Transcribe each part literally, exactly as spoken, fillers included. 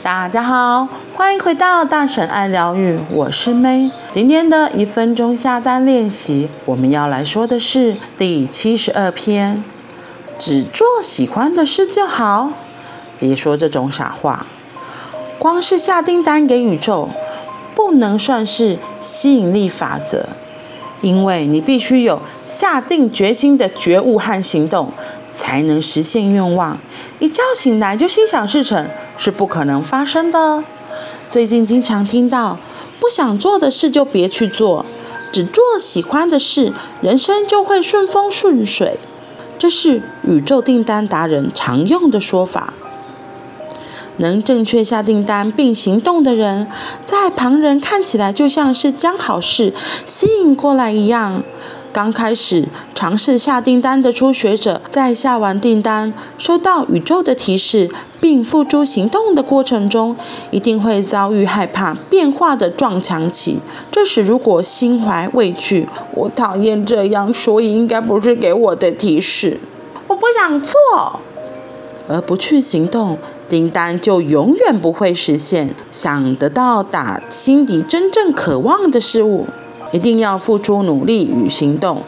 大家好，欢迎回到大婶爱疗愈，我是 May。今天的一分钟下单练习，我们要来说的是第七十二篇，只做喜欢的事就好。别说这种傻话，光是下订单给宇宙，不能算是吸引力法则，因为你必须有下定决心的觉悟和行动，才能实现愿望。一觉醒来就心想事成，是不可能发生的。最近经常听到，不想做的事就别去做，只做喜欢的事，人生就会顺风顺水。这是宇宙订单达人常用的说法。能正确下订单并行动的人，在旁人看起来就像是将好事吸引过来一样。刚开始尝试下订单的初学者，在下完订单，收到宇宙的提示并付诸行动的过程中，一定会遭遇害怕变化的撞墙期。这时如果心怀畏惧，我讨厌这样，所以应该不是给我的提示，我不想做，而不去行动，订单就永远不会实现。想得到达心底真正渴望的事物，一定要付出努力与行动。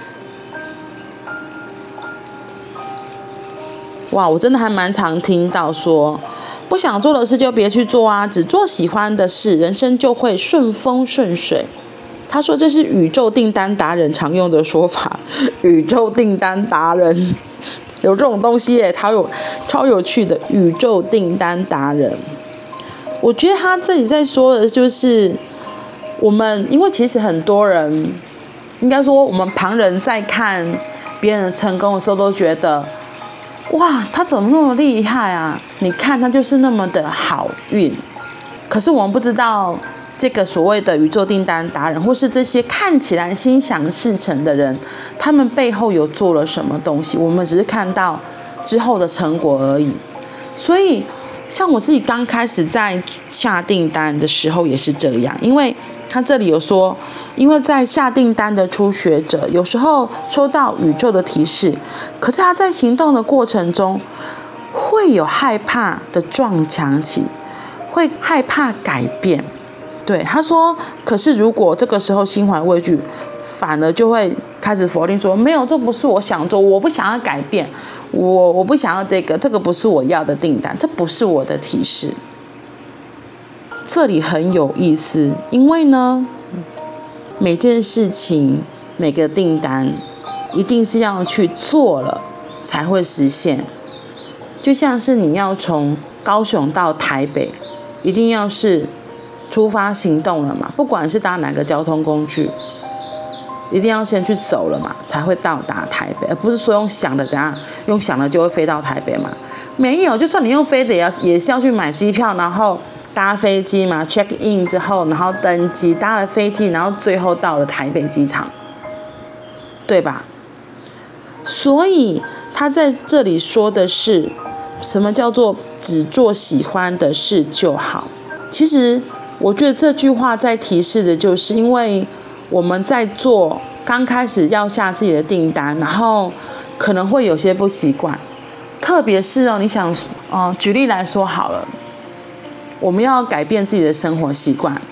哇，我真的还蛮常听到说，不想做的事就别去做啊，只做喜欢的事，人生就会顺风顺水。他说这是宇宙订单达人常用的说法。宇宙订单达人有这种东西耶，超有超有趣的宇宙订单达人。我觉得他这里在说的就是我们，因为其实很多人，应该说我们旁人在看别人成功的时候，都觉得哇，他怎么那么厉害啊？你看他就是那么的好运。可是我们不知道，这个所谓的宇宙订单达人，或是这些看起来心想事成的人，他们背后有做了什么东西，我们只是看到之后的成果而已。所以像我自己刚开始在下订单的时候也是这样，因为他这里有说，因为在下订单的初学者，有时候收到宇宙的提示，可是他在行动的过程中会有害怕的撞墙期，会害怕改变。对，他说，可是如果这个时候心怀畏惧，反而就会开始否定说，没有，这不是我想做，我不想要改变，我我不想要这个，这个不是我要的订单，这不是我的提示。这里很有意思，因为呢，每件事情、每个订单，一定是要去做了才会实现。就像是你要从高雄到台北，一定要是出发行动了嘛，不管是搭哪个交通工具，一定要先去走了嘛，才会到达台北，而不是说用想的怎样，用想的就会飞到台北嘛。没有，就算你用飞的，也要也是要去买机票，然后搭飞机嘛 ，check in 之后，然后登机，搭了飞机，然后最后到了台北机场，对吧？所以他在这里说的是，什么叫做只做喜欢的事就好？其实我觉得这句话在提示的就是，因为我们在做刚开始要下自己的订单，然后可能会有些不习惯，特别是哦，你想，呃，举例来说好了。我们要改变自己的生活习惯，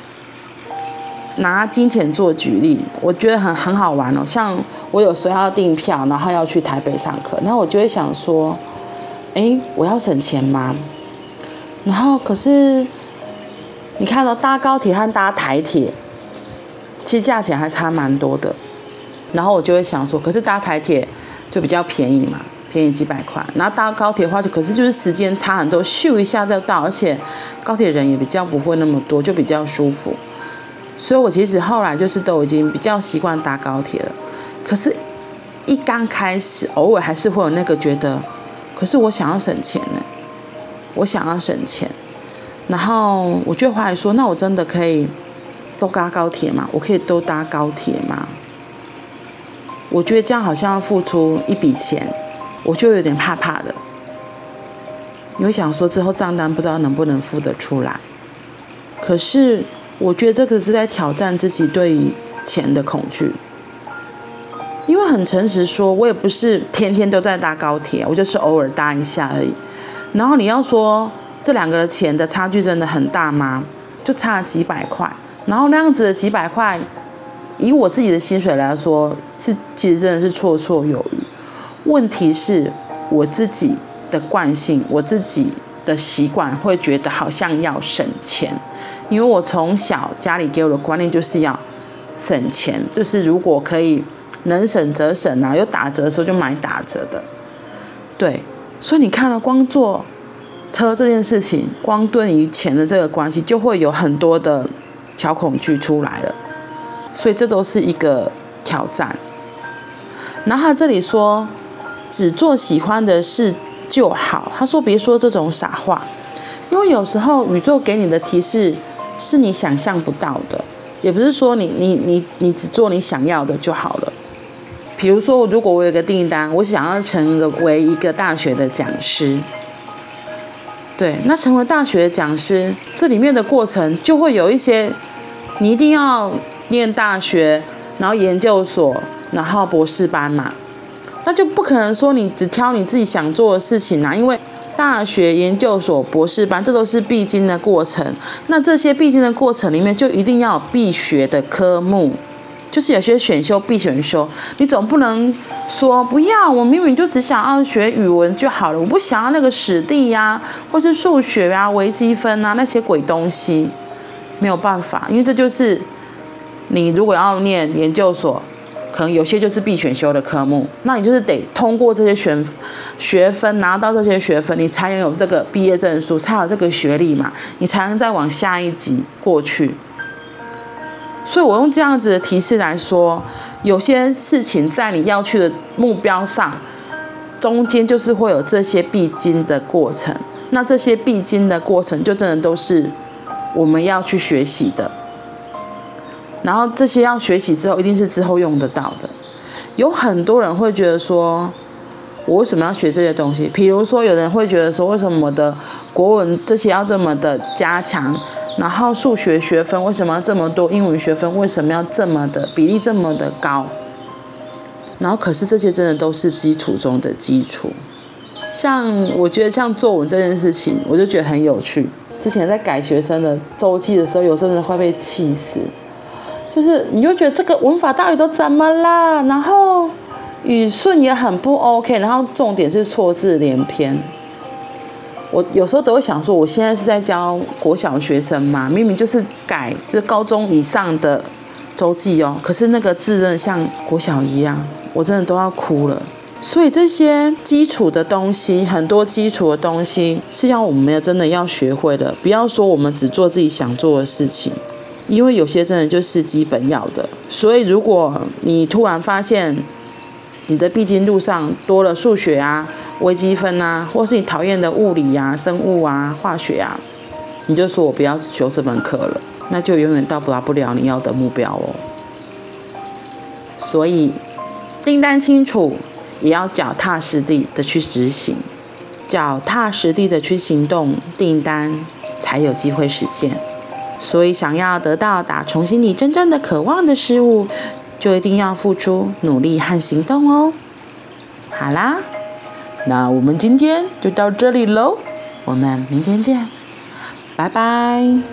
拿金钱做举例，我觉得很很好玩哦。像我有时候要订票，然后要去台北上课，然后我就会想说，哎，我要省钱吗？然后可是你看到搭高铁和搭台铁，其实价钱还差蛮多的。然后我就会想说，可是搭台铁就比较便宜嘛。便宜几百块，然后搭高铁的话，就可是就是时间差很多，咻一下就到，而且高铁人也比较不会那么多，就比较舒服。所以我其实后来就是都已经比较习惯搭高铁了。可是，一刚开始，偶尔还是会有那个觉得，可是我想要省钱呢，我想要省钱。然后我就后来说，那我真的可以都搭高铁吗？我可以都搭高铁吗？我觉得这样好像要付出一笔钱。我就有点怕怕的，因为想说之后账单不知道能不能付得出来。可是我觉得这个是在挑战自己对于钱的恐惧，因为很诚实说，我也不是天天都在搭高铁，我就是偶尔搭一下而已。然后你要说这两个的钱的差距真的很大吗？就差了几百块，然后那样子的几百块，以我自己的薪水来说，是其实真的是绰绰有余。问题是我自己的惯性，我自己的习惯会觉得好像要省钱，因为我从小家里给我的观念就是要省钱，就是如果可以能省则省啊，有打折的时候就买打折的。对，所以你看了，光坐车这件事情，光对于钱的这个关系，就会有很多的小恐惧出来了，所以这都是一个挑战。然后他这里说，只做喜欢的事就好。他说别说这种傻话，因为有时候宇宙给你的提示是你想象不到的，也不是说你你你你只做你想要的就好了。比如说，如果我有一个订单，我想要成为一个大学的讲师，对，那成为大学的讲师，这里面的过程就会有一些，你一定要念大学，然后研究所，然后博士班嘛，那就不可能说你只挑你自己想做的事情啊，因为大学、研究所、博士班，这都是必经的过程。那这些必经的过程里面，就一定要有必学的科目。就是有些选修必选修，你总不能说不要，我明明就只想要学语文就好了，我不想要那个史地呀、啊，或是数学啊、微积分啊那些鬼东西，没有办法，因为这就是你如果要念研究所，可能有些就是必选修的科目，那你就是得通过这些学学分，拿到这些学分，你才能有这个毕业证书，才有这个学历嘛，你才能再往下一级过去。所以我用这样子的提示来说，有些事情在你要去的目标上，中间就是会有这些必经的过程。那这些必经的过程，就真的都是我们要去学习的。然后这些要学习之后，一定是之后用得到的。有很多人会觉得说，我为什么要学这些东西？比如说，有人会觉得说，为什么我的国文这些要这么的加强？然后数学学分为什么要这么多？英文学分为什么要这么的比例这么的高？然后可是这些真的都是基础中的基础。像我觉得像作文这件事情，我就觉得很有趣。之前在改学生的周记的时候，有时候真的会被气死。就是你就觉得这个文法到底都怎么啦？然后语顺也很不 OK， 然后重点是错字连篇。我有时候都会想说，我现在是在教国小学生嘛，明明就是改就是高中以上的周记哦，可是那个字真的像国小一样，我真的都要哭了。所以这些基础的东西，很多基础的东西是要我们真的要学会的，不要说我们只做自己想做的事情，因为有些真的就是基本要的。所以如果你突然发现你的必经路上多了数学啊、微积分啊，或是你讨厌的物理啊、生物啊、化学啊，你就说我不要修这门课了，那就永远到达不了你要的目标哦。所以订单清楚，也要脚踏实地的去执行，脚踏实地的去行动，订单才有机会实现。所以想要得到打从心里真正的渴望的事物，就一定要付出努力和行动哦。好啦，那我们今天就到这里喽，我们明天见，拜拜。